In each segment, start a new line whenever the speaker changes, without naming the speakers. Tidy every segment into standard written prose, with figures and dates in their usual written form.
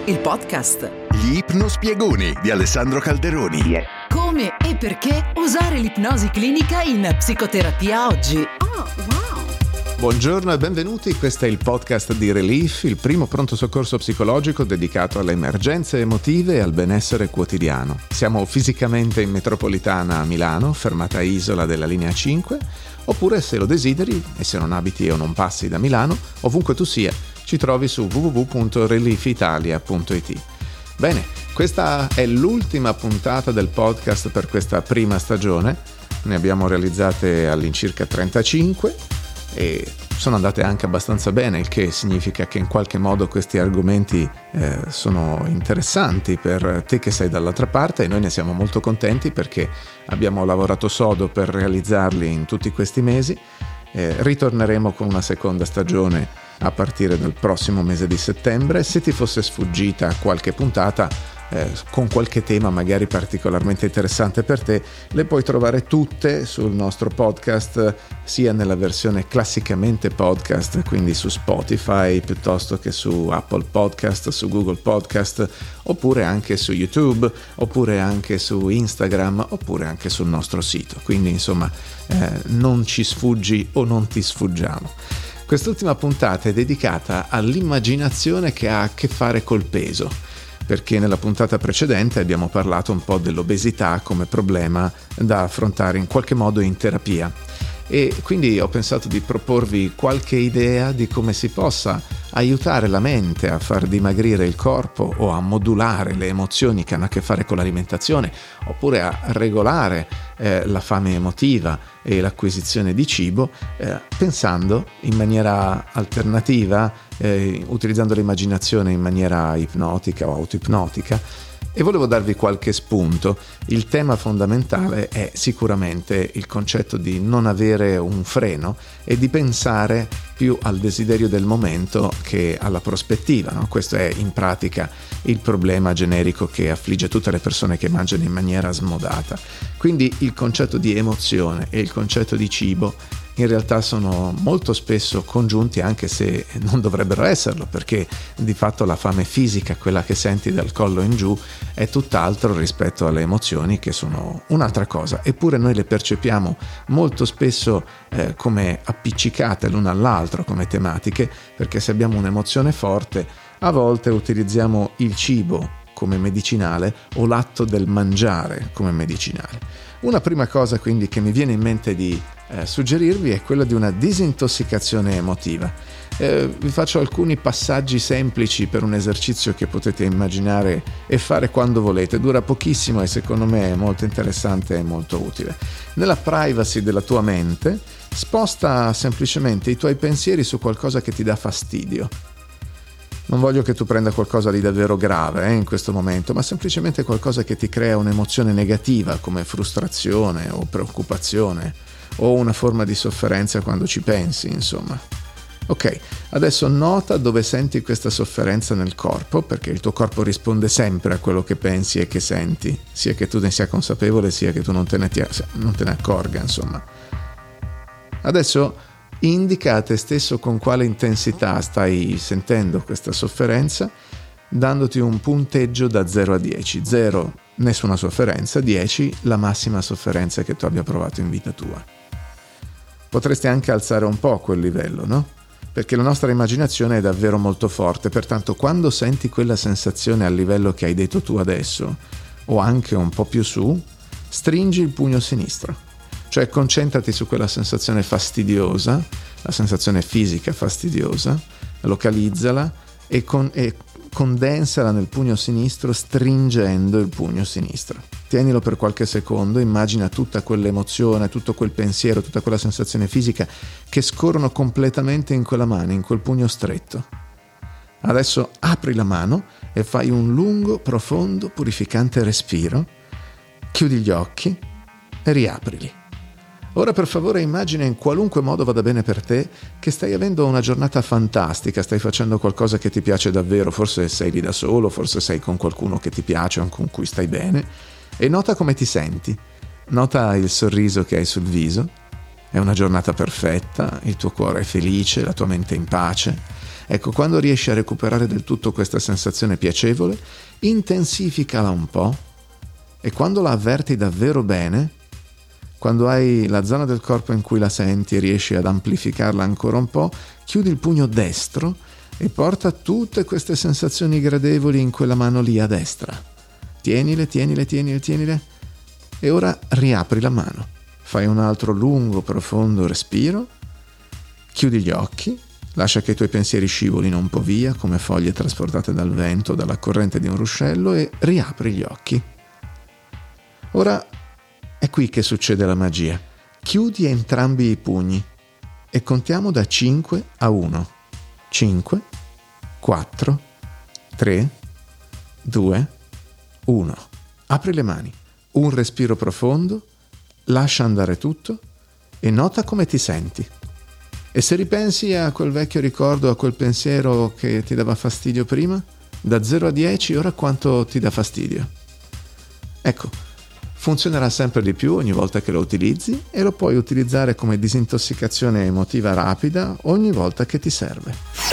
il podcast.
Gli ipnospiegoni di Alessandro Calderoni.
Come e perché usare l'ipnosi clinica in psicoterapia oggi.
Oh, wow!
Buongiorno e benvenuti, questo è il podcast di Relief, il primo pronto soccorso psicologico dedicato alle emergenze emotive e al benessere quotidiano. Siamo fisicamente in metropolitana a Milano, fermata Isola della linea 5, oppure se lo desideri e se non abiti o non passi da Milano, ovunque tu sia, ci trovi su www.reliefitalia.it. Bene, questa è l'ultima puntata del podcast per questa prima stagione, ne abbiamo realizzate all'incirca 35 e sono andate anche abbastanza bene, il che significa che in qualche modo questi argomenti sono interessanti per te che sei dall'altra parte, e noi ne siamo molto contenti perché abbiamo lavorato sodo per realizzarli in tutti questi mesi. Ritorneremo con una seconda stagione a partire dal prossimo mese di settembre. Se ti fosse sfuggita qualche puntata con qualche tema magari particolarmente interessante per te, le puoi trovare tutte sul nostro podcast, sia nella versione classicamente podcast, quindi su Spotify, piuttosto che su Apple Podcast, su Google Podcast, oppure anche su YouTube, oppure anche su Instagram, oppure anche sul nostro sito. Quindi insomma non ci sfuggi o non ti sfuggiamo. Quest'ultima puntata è dedicata all'immaginazione che ha a che fare col peso, perché nella puntata precedente abbiamo parlato un po' dell'obesità come problema da affrontare in qualche modo in terapia, e quindi ho pensato di proporvi qualche idea di come si possa aiutare la mente a far dimagrire il corpo o a modulare le emozioni che hanno a che fare con l'alimentazione, oppure a regolare la fame emotiva e l'acquisizione di cibo, pensando in maniera alternativa, utilizzando l'immaginazione in maniera ipnotica o autoipnotica. E volevo darvi qualche spunto. Il tema fondamentale è sicuramente il concetto di non avere un freno e di pensare più al desiderio del momento che alla prospettiva, no? Questo è in pratica il problema generico che affligge tutte le persone che mangiano in maniera smodata. Quindi il concetto di emozione e il concetto di cibo in realtà sono molto spesso congiunti, anche se non dovrebbero esserlo, perché di fatto la fame fisica, quella che senti dal collo in giù, è tutt'altro rispetto alle emozioni, che sono un'altra cosa. Eppure noi le percepiamo molto spesso come appiccicate l'una all'altra come tematiche, perché se abbiamo un'emozione forte, a volte utilizziamo il cibo come medicinale o l'atto del mangiare come medicinale. Una prima cosa quindi che mi viene in mente di suggerirvi è quella di una disintossicazione emotiva. Vi faccio alcuni passaggi semplici per un esercizio che potete immaginare e fare quando volete. Dura pochissimo e secondo me è molto interessante e molto utile. Nella privacy della tua mente, sposta semplicemente i tuoi pensieri su qualcosa che ti dà fastidio. Non voglio che tu prenda qualcosa di davvero grave in questo momento, ma semplicemente qualcosa che ti crea un'emozione negativa come frustrazione o preoccupazione o una forma di sofferenza quando ci pensi, insomma. Ok, adesso nota dove senti questa sofferenza nel corpo, perché il tuo corpo risponde sempre a quello che pensi e che senti, sia che tu ne sia consapevole sia che tu non te ne accorga, insomma. Adesso indica a te stesso con quale intensità stai sentendo questa sofferenza, dandoti un punteggio da 0 a 10. 0, nessuna sofferenza, 10, la massima sofferenza che tu abbia provato in vita tua. Potresti anche alzare un po' quel livello, no? Perché la nostra immaginazione è davvero molto forte, pertanto quando senti quella sensazione al livello che hai detto tu adesso, o anche un po' più su, stringi il pugno sinistro. Cioè concentrati su quella sensazione fastidiosa, la sensazione fisica fastidiosa, localizzala e condensala nel pugno sinistro, stringendo il pugno sinistro. Tienilo per qualche secondo, immagina tutta quell'emozione, tutto quel pensiero, tutta quella sensazione fisica che scorrono completamente in quella mano, in quel pugno stretto. Adesso apri la mano e fai un lungo, profondo, purificante respiro, chiudi gli occhi e riaprili. Ora per favore immagina, in qualunque modo vada bene per te, che stai avendo una giornata fantastica, stai facendo qualcosa che ti piace davvero, forse sei lì da solo, forse sei con qualcuno che ti piace o con cui stai bene, e nota come ti senti, nota il sorriso che hai sul viso, è una giornata perfetta, il tuo cuore è felice, la tua mente è in pace, Ecco, quando riesci a recuperare del tutto questa sensazione piacevole, intensificala un po', e quando la avverti davvero bene, quando hai la zona del corpo in cui la senti e riesci ad amplificarla ancora un po', chiudi il pugno destro e porta tutte queste sensazioni gradevoli in quella mano lì a destra. Tienile, e ora riapri la mano. Fai un altro lungo, profondo respiro, chiudi gli occhi, lascia che i tuoi pensieri scivolino un po' via come foglie trasportate dal vento o dalla corrente di un ruscello e riapri gli occhi. Ora è qui che succede la magia. Chiudi entrambi i pugni e contiamo da 5 a 1. 5, 4, 3, 2, 1. Apri le mani, un respiro profondo, lascia andare tutto e nota come ti senti. E se ripensi a quel vecchio ricordo, a quel pensiero che ti dava fastidio prima, da 0 a 10 ora quanto ti dà fastidio? Ecco, funzionerà sempre di più ogni volta che lo utilizzi e lo puoi utilizzare come disintossicazione emotiva rapida ogni volta che ti serve.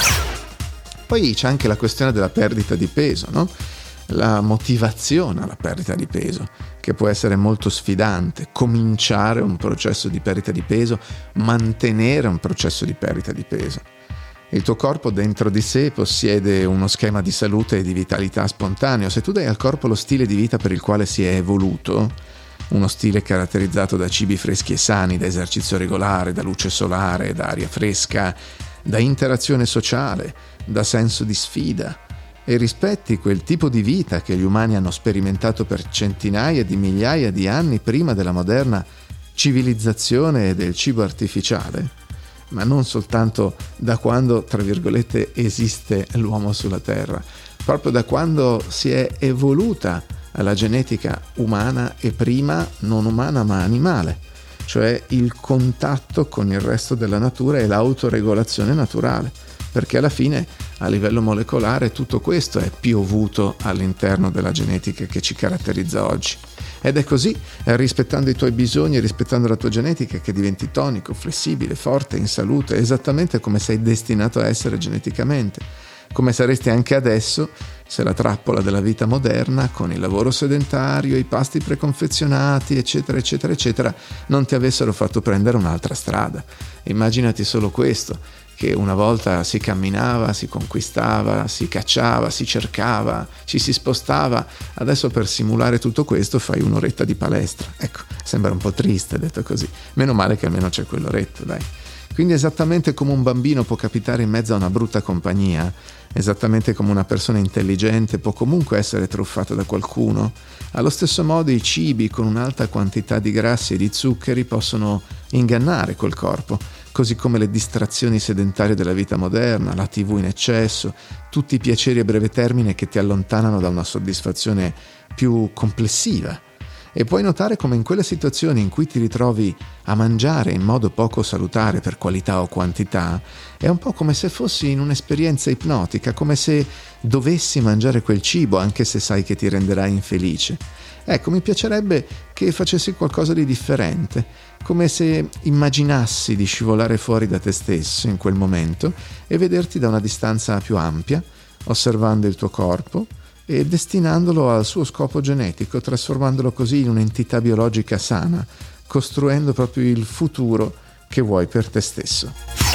Poi c'è anche la questione della perdita di peso, no? La motivazione alla perdita di peso, che può essere molto sfidante. Cominciare un processo di perdita di peso, mantenere un processo di perdita di peso. Il tuo corpo dentro di sé possiede uno schema di salute e di vitalità spontaneo. Se tu dai al corpo lo stile di vita per il quale si è evoluto, uno stile caratterizzato da cibi freschi e sani, da esercizio regolare, da luce solare, da aria fresca, da interazione sociale, da senso di sfida, e rispetti quel tipo di vita che gli umani hanno sperimentato per centinaia di migliaia di anni prima della moderna civilizzazione del cibo artificiale, ma non soltanto da quando, tra virgolette, esiste l'uomo sulla Terra, proprio da quando si è evoluta la genetica umana e prima non umana ma animale, cioè il contatto con il resto della natura e l'autoregolazione naturale, perché alla fine a livello molecolare tutto questo è piovuto all'interno della genetica che ci caratterizza oggi. Ed è così, rispettando i tuoi bisogni e rispettando la tua genetica, che diventi tonico, flessibile, forte, in salute, esattamente come sei destinato a essere geneticamente, come saresti anche adesso se la trappola della vita moderna, con il lavoro sedentario, i pasti preconfezionati, eccetera, eccetera, eccetera, non ti avessero fatto prendere un'altra strada. Immaginati solo questo, che una volta si camminava, si conquistava, si cacciava, si cercava, ci si spostava. Adesso per simulare tutto questo fai un'oretta di palestra. Ecco, sembra un po' triste detto così. Meno male che almeno c'è quell'oretta, dai. Quindi esattamente come un bambino può capitare in mezzo a una brutta compagnia, esattamente come una persona intelligente può comunque essere truffata da qualcuno, allo stesso modo i cibi con un'alta quantità di grassi e di zuccheri possono ingannare quel corpo, così come le distrazioni sedentarie della vita moderna, la TV in eccesso, tutti i piaceri a breve termine che ti allontanano da una soddisfazione più complessiva. E puoi notare come in quelle situazioni in cui ti ritrovi a mangiare in modo poco salutare per qualità o quantità, è un po' come se fossi in un'esperienza ipnotica, come se dovessi mangiare quel cibo anche se sai che ti renderà infelice. Ecco, mi piacerebbe che facessi qualcosa di differente, come se immaginassi di scivolare fuori da te stesso in quel momento e vederti da una distanza più ampia, osservando il tuo corpo e destinandolo al suo scopo genetico, trasformandolo così in un'entità biologica sana, costruendo proprio il futuro che vuoi per te stesso.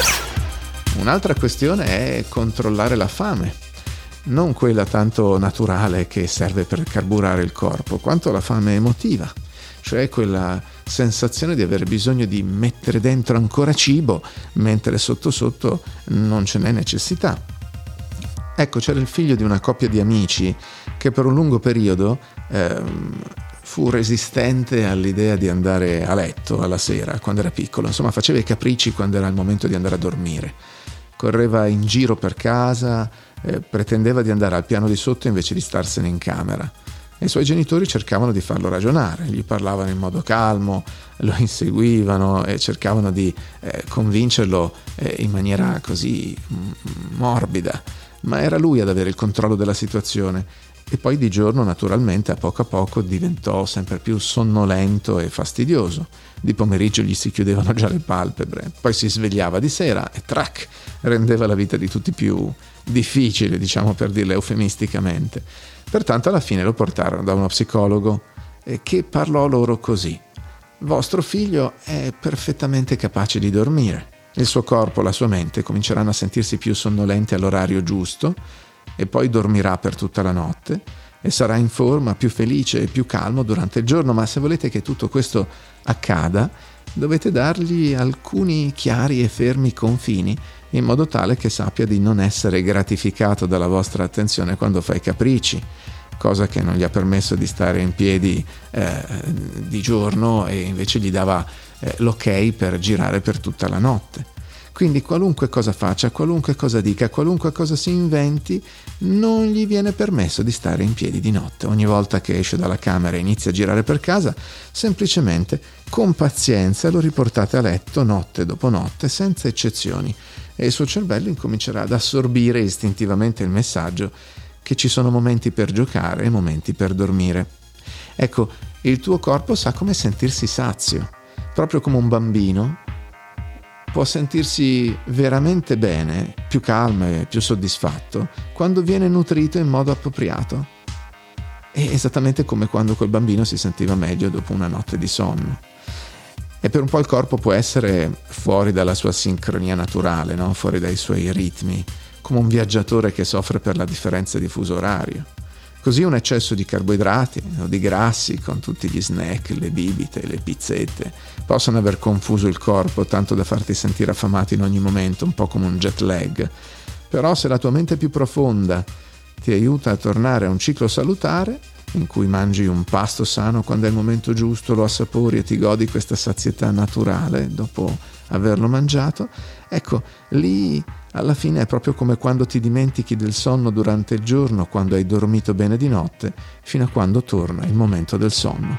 Un'altra questione è controllare la fame, non quella tanto naturale che serve per carburare il corpo, quanto la fame emotiva, cioè quella sensazione di avere bisogno di mettere dentro ancora cibo, mentre sotto sotto non ce n'è necessità. Ecco, c'era il figlio di una coppia di amici che per un lungo periodo fu resistente all'idea di andare a letto alla sera quando era piccolo, insomma faceva i capricci quando era il momento di andare a dormire, correva in giro per casa, pretendeva di andare al piano di sotto invece di starsene in camera. E i suoi genitori cercavano di farlo ragionare, gli parlavano in modo calmo, lo inseguivano e cercavano di convincerlo in maniera così morbida. Ma era lui ad avere il controllo della situazione e poi di giorno naturalmente a poco diventò sempre più sonnolento e fastidioso. Di pomeriggio gli si chiudevano già le palpebre, poi si svegliava di sera e trac, rendeva la vita di tutti più difficile, diciamo, per dirla eufemisticamente. Pertanto alla fine lo portarono da uno psicologo che parlò loro così: vostro figlio è perfettamente capace di dormire, il suo corpo e la sua mente cominceranno a sentirsi più sonnolenti all'orario giusto e poi dormirà per tutta la notte e sarà in forma, più felice e più calmo durante il giorno, ma se volete che tutto questo accada dovete dargli alcuni chiari e fermi confini in modo tale che sappia di non essere gratificato dalla vostra attenzione quando fa i capricci, cosa che non gli ha permesso di stare in piedi di giorno e invece gli dava l'ok per girare per tutta la notte. Quindi qualunque cosa faccia, qualunque cosa dica, qualunque cosa si inventi, non gli viene permesso di stare in piedi di notte. Ogni volta che esce dalla camera e inizia a girare per casa, semplicemente con pazienza lo riportate a letto notte dopo notte, senza eccezioni, e il suo cervello incomincerà ad assorbire istintivamente il messaggio che ci sono momenti per giocare e momenti per dormire. Ecco, il tuo corpo sa come sentirsi sazio, proprio come un bambino può sentirsi veramente bene, più calmo e più soddisfatto quando viene nutrito in modo appropriato. È esattamente come quando quel bambino si sentiva meglio dopo una notte di sonno. E per un po' il corpo può essere fuori dalla sua sincronia naturale, no? Fuori dai suoi ritmi, come un viaggiatore che soffre per la differenza di fuso orario. Così un eccesso di carboidrati o di grassi con tutti gli snack, le bibite, le pizzette possono aver confuso il corpo tanto da farti sentire affamato in ogni momento, un po' come un jet lag. Però se la tua mente più profonda ti aiuta a tornare a un ciclo salutare, in cui mangi un pasto sano quando è il momento giusto, lo assapori e ti godi questa sazietà naturale dopo averlo mangiato, ecco, lì alla fine è proprio come quando ti dimentichi del sonno durante il giorno, quando hai dormito bene di notte, fino a quando torna il momento del sonno.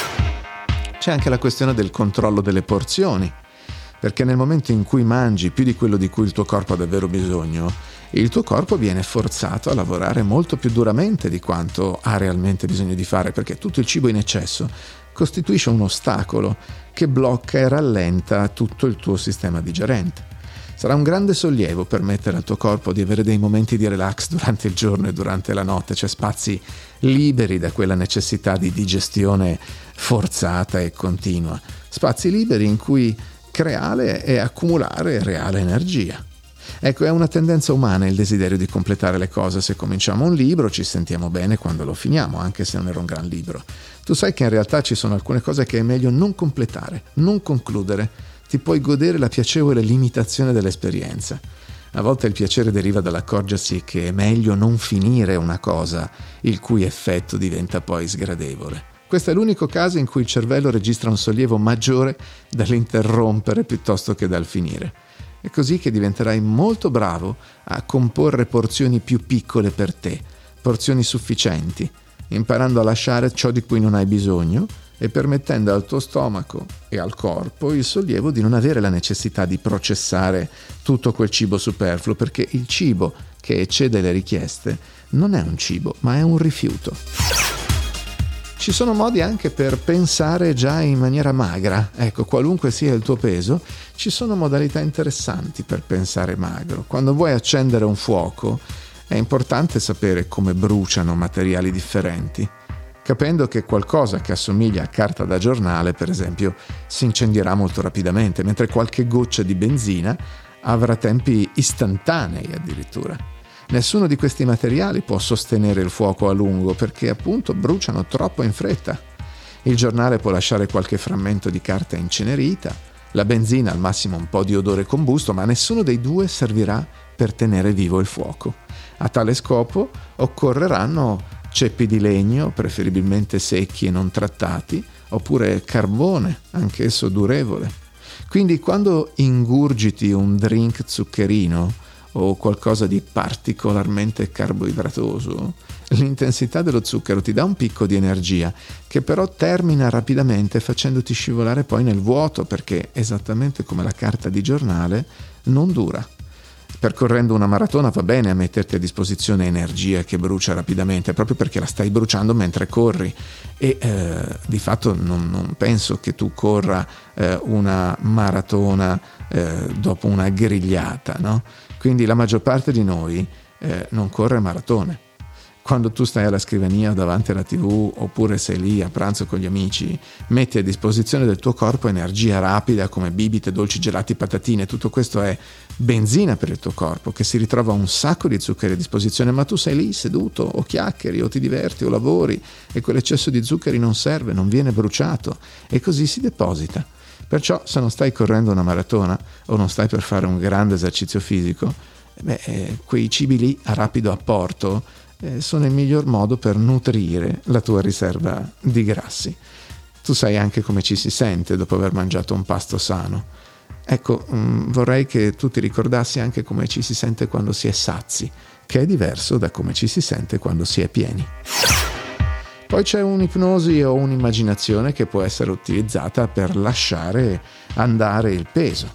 C'è anche la questione del controllo delle porzioni, perché nel momento in cui mangi più di quello di cui il tuo corpo ha davvero bisogno, il tuo corpo viene forzato a lavorare molto più duramente di quanto ha realmente bisogno di fare, perché tutto il cibo in eccesso costituisce un ostacolo che blocca e rallenta tutto il tuo sistema digerente. Sarà un grande sollievo permettere al tuo corpo di avere dei momenti di relax durante il giorno e durante la notte, cioè spazi liberi da quella necessità di digestione forzata e continua, spazi liberi in cui creare e accumulare reale energia. Ecco, è una tendenza umana il desiderio di completare le cose. Se cominciamo un libro ci sentiamo bene quando lo finiamo, anche se non era un gran libro. Tu sai che in realtà ci sono alcune cose che è meglio non completare, non concludere. Ti puoi godere la piacevole limitazione dell'esperienza. A volte il piacere deriva dall'accorgersi che è meglio non finire una cosa, il cui effetto diventa poi sgradevole. Questo è l'unico caso in cui il cervello registra un sollievo maggiore dall'interrompere piuttosto che dal finire. È così che diventerai molto bravo a comporre porzioni più piccole per te, porzioni sufficienti, imparando a lasciare ciò di cui non hai bisogno e permettendo al tuo stomaco e al corpo il sollievo di non avere la necessità di processare tutto quel cibo superfluo, perché il cibo che eccede le richieste non è un cibo, ma è un rifiuto. Ci sono modi anche per pensare già in maniera magra. Ecco, qualunque sia il tuo peso, ci sono modalità interessanti per pensare magro. Quando vuoi accendere un fuoco, è importante sapere come bruciano materiali differenti, capendo che qualcosa che assomiglia a carta da giornale, per esempio, si incendierà molto rapidamente, mentre qualche goccia di benzina avrà tempi istantanei addirittura. Nessuno di questi materiali può sostenere il fuoco a lungo perché appunto bruciano troppo in fretta. Il giornale può lasciare qualche frammento di carta incenerita, la benzina al massimo un po' di odore combusto, ma nessuno dei due servirà per tenere vivo il fuoco. A tale scopo occorreranno ceppi di legno, preferibilmente secchi e non trattati, oppure carbone, anch'esso durevole. Quindi quando ingurgiti un drink zuccherino o qualcosa di particolarmente carboidratoso, l'intensità dello zucchero ti dà un picco di energia che però termina rapidamente facendoti scivolare poi nel vuoto, perché esattamente come la carta di giornale non dura. percorrendo una maratona va bene a metterti a disposizione energia che brucia rapidamente, proprio perché la stai bruciando mentre corri, e di fatto non penso che tu corra una maratona dopo una grigliata, no? Quindi la maggior parte di noi non corre maratone. Quando tu stai alla scrivania davanti alla TV, oppure sei lì a pranzo con gli amici, metti a disposizione del tuo corpo energia rapida come bibite, dolci, gelati, patatine. Tutto questo è benzina per il tuo corpo, che si ritrova un sacco di zuccheri a disposizione, ma tu sei lì seduto, o chiacchieri, o ti diverti, o lavori, e quell'eccesso di zuccheri non serve, non viene bruciato, e così si deposita. Perciò se non stai correndo una maratona, o non stai per fare un grande esercizio fisico, quei cibi lì a rapido apporto sono il miglior modo per nutrire la tua riserva di grassi. Tu sai anche come ci si sente dopo aver mangiato un pasto sano. Ecco, vorrei che tu ti ricordassi anche come ci si sente quando si è sazi, che è diverso da come ci si sente quando si è pieni. Poi c'è un'ipnosi o un'immaginazione che può essere utilizzata per lasciare andare il peso.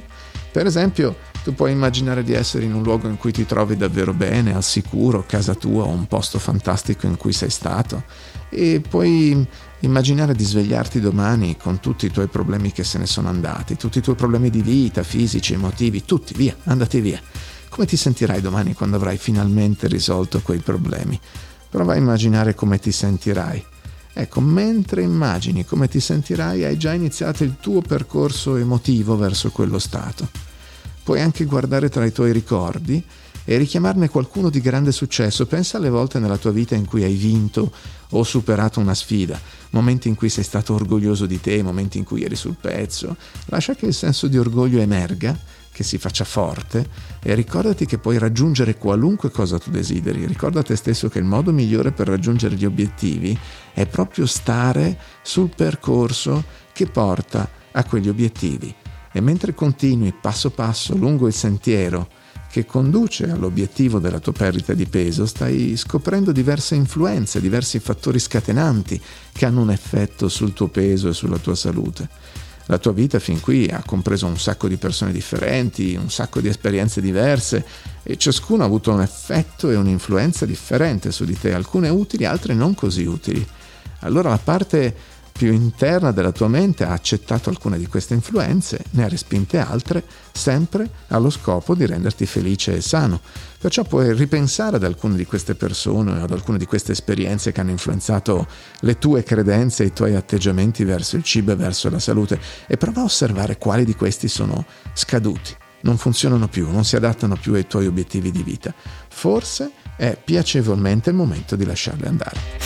Per esempio, tu puoi immaginare di essere in un luogo in cui ti trovi davvero bene, al sicuro, casa tua o un posto fantastico in cui sei stato, e puoi immaginare di svegliarti domani con tutti i tuoi problemi che se ne sono andati, tutti i tuoi problemi di vita, fisici, emotivi, tutti via, andati via. Come ti sentirai domani quando avrai finalmente risolto quei problemi? Prova a immaginare come ti sentirai. Ecco, mentre immagini come ti sentirai, hai già iniziato il tuo percorso emotivo verso quello stato. Puoi anche guardare tra i tuoi ricordi e richiamarne qualcuno di grande successo. Pensa alle volte nella tua vita in cui hai vinto o superato una sfida, momenti in cui sei stato orgoglioso di te, momenti in cui eri sul pezzo. Lascia che il senso di orgoglio emerga, che si faccia forte, e ricordati che puoi raggiungere qualunque cosa tu desideri. Ricorda a te stesso che il modo migliore per raggiungere gli obiettivi è proprio stare sul percorso che porta a quegli obiettivi. E mentre continui passo passo lungo il sentiero che conduce all'obiettivo della tua perdita di peso, stai scoprendo diverse influenze, diversi fattori scatenanti che hanno un effetto sul tuo peso e sulla tua salute. La tua vita fin qui ha compreso un sacco di persone differenti, un sacco di esperienze diverse, e ciascuno ha avuto un effetto e un'influenza differente su di te, alcune utili, altre non così utili. Allora la parte più interna della tua mente ha accettato alcune di queste influenze, ne ha respinte altre, sempre allo scopo di renderti felice e sano. Perciò puoi ripensare ad alcune di queste persone, ad alcune di queste esperienze che hanno influenzato le tue credenze e i tuoi atteggiamenti verso il cibo e verso la salute, e prova a osservare quali di questi sono scaduti, non funzionano più, non si adattano più ai tuoi obiettivi di vita. Forse è piacevolmente il momento di lasciarle andare.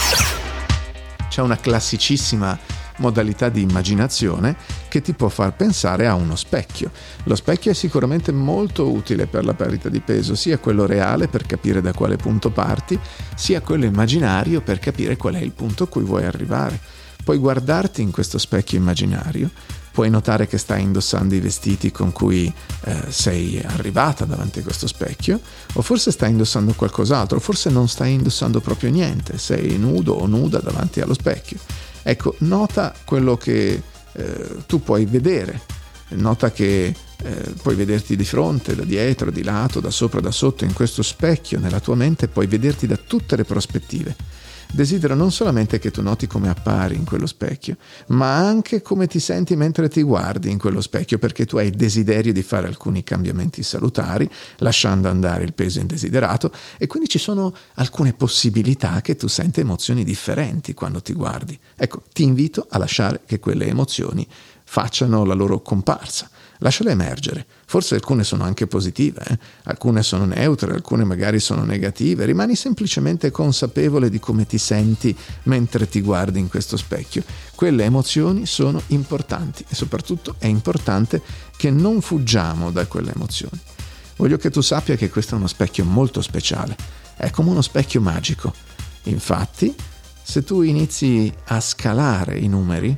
C'è una classicissima modalità di immaginazione che ti può far pensare a uno specchio. Lo specchio è sicuramente molto utile per la perdita di peso, sia quello reale per capire da quale punto parti, sia quello immaginario per capire qual è il punto a cui vuoi arrivare. Puoi guardarti in questo specchio immaginario, puoi notare che stai indossando i vestiti con cui sei arrivata davanti a questo specchio, o forse stai indossando qualcos'altro, forse non stai indossando proprio niente, sei nudo o nuda davanti allo specchio. Ecco, nota quello che tu puoi vedere, nota che puoi vederti di fronte, da dietro, di lato, da sopra, da sotto. In questo specchio nella tua mente puoi vederti da tutte le prospettive. Desidero non solamente che tu noti come appari in quello specchio, ma anche come ti senti mentre ti guardi in quello specchio, perché tu hai desiderio di fare alcuni cambiamenti salutari, lasciando andare il peso indesiderato, e quindi ci sono alcune possibilità che tu senti emozioni differenti quando ti guardi. Ecco, ti invito a lasciare che quelle emozioni facciano la loro comparsa. Lasciale emergere. Forse alcune sono anche positive, alcune sono neutre, alcune magari sono negative. Rimani semplicemente consapevole di come ti senti mentre ti guardi in questo specchio. Quelle emozioni sono importanti, e soprattutto è importante che non fuggiamo da quelle emozioni. Voglio che tu sappia che questo è uno specchio molto speciale, è come uno specchio magico. Infatti, se tu inizi a scalare i numeri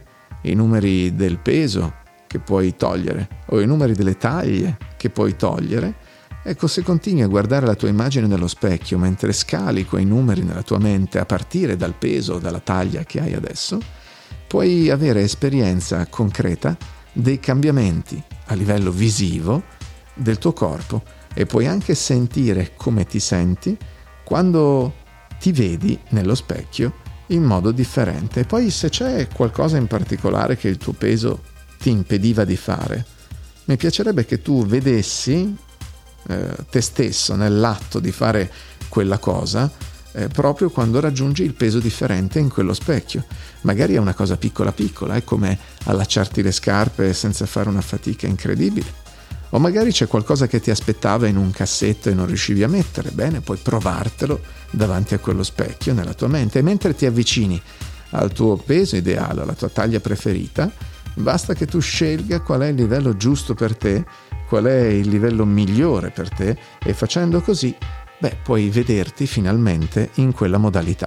del peso che puoi togliere, o i numeri delle taglie che puoi togliere, ecco, se continui a guardare la tua immagine nello specchio mentre scali quei numeri nella tua mente a partire dal peso o dalla taglia che hai adesso, puoi avere esperienza concreta dei cambiamenti a livello visivo del tuo corpo, e puoi anche sentire come ti senti quando ti vedi nello specchio in modo differente. E poi se c'è qualcosa in particolare che il tuo peso ti impediva di fare, mi piacerebbe che tu vedessi te stesso nell'atto di fare quella cosa proprio quando raggiungi il peso differente in quello specchio. Magari è una cosa piccola piccola, è come allacciarti le scarpe senza fare una fatica incredibile. O magari c'è qualcosa che ti aspettava in un cassetto e non riuscivi a mettere. Bene, puoi provartelo davanti a quello specchio nella tua mente, e mentre ti avvicini al tuo peso ideale, alla tua taglia preferita, basta che tu scelga qual è il livello giusto per te, qual è il livello migliore per te, e facendo così, puoi vederti finalmente in quella modalità.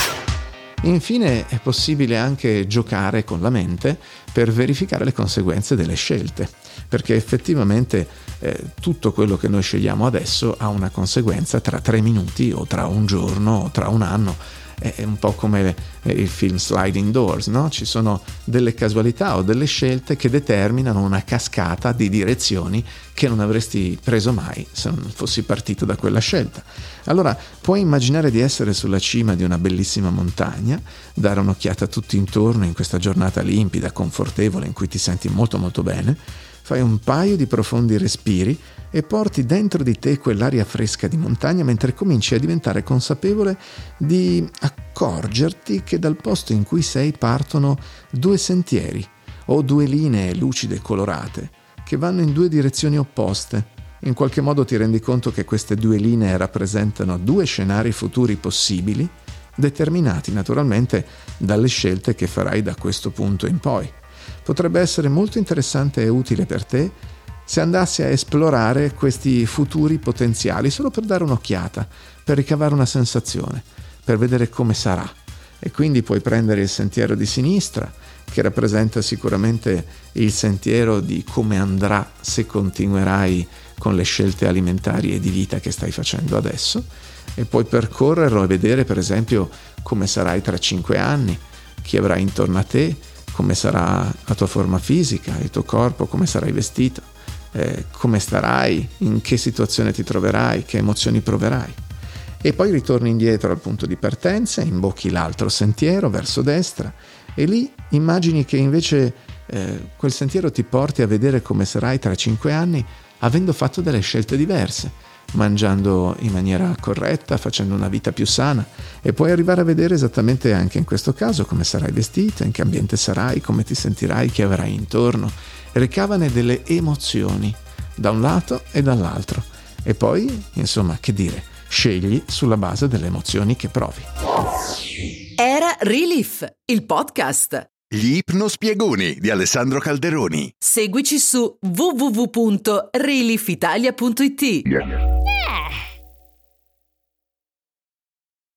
Infine è possibile anche giocare con la mente per verificare le conseguenze delle scelte, perché effettivamente tutto quello che noi scegliamo adesso ha una conseguenza tra 3 minuti o tra un giorno o tra un anno. È un po' come il film Sliding Doors, no? Ci sono delle casualità o delle scelte che determinano una cascata di direzioni che non avresti preso mai se non fossi partito da quella scelta. Allora puoi immaginare di essere sulla cima di una bellissima montagna, dare un'occhiata tutto intorno in questa giornata limpida, confortevole, in cui ti senti molto molto bene, fai un paio di profondi respiri e porti dentro di te quell'aria fresca di montagna mentre cominci a diventare consapevole di accorgerti che dal posto in cui sei partono 2 sentieri o 2 linee lucide e colorate che vanno in 2 direzioni opposte. In qualche modo ti rendi conto che queste 2 linee rappresentano 2 scenari futuri possibili, determinati naturalmente dalle scelte che farai da questo punto in poi. Potrebbe essere molto interessante e utile per te se andassi a esplorare questi futuri potenziali solo per dare un'occhiata, per ricavare una sensazione, per vedere come sarà. E quindi puoi prendere il sentiero di sinistra, che rappresenta sicuramente il sentiero di come andrà se continuerai con le scelte alimentari e di vita che stai facendo adesso, e puoi percorrerlo e vedere per esempio come sarai tra 5 anni, chi avrai intorno a te, come sarà la tua forma fisica, il tuo corpo, come sarai vestito, come starai, in che situazione ti troverai, che emozioni proverai. E poi ritorni indietro al punto di partenza, imbocchi l'altro sentiero verso destra e lì immagini che invece quel sentiero ti porti a vedere come sarai tra 5 anni avendo fatto delle scelte diverse, mangiando in maniera corretta, facendo una vita più sana, e puoi arrivare a vedere esattamente anche in questo caso come sarai vestito, in che ambiente sarai, come ti sentirai, chi avrai intorno. Ricavane delle emozioni da un lato e dall'altro e poi, insomma, che dire, scegli sulla base delle emozioni che provi.
Era Relief, il podcast.
Gli ipnospiegoni di Alessandro Calderoni.
Seguici su www.reliefitalia.it.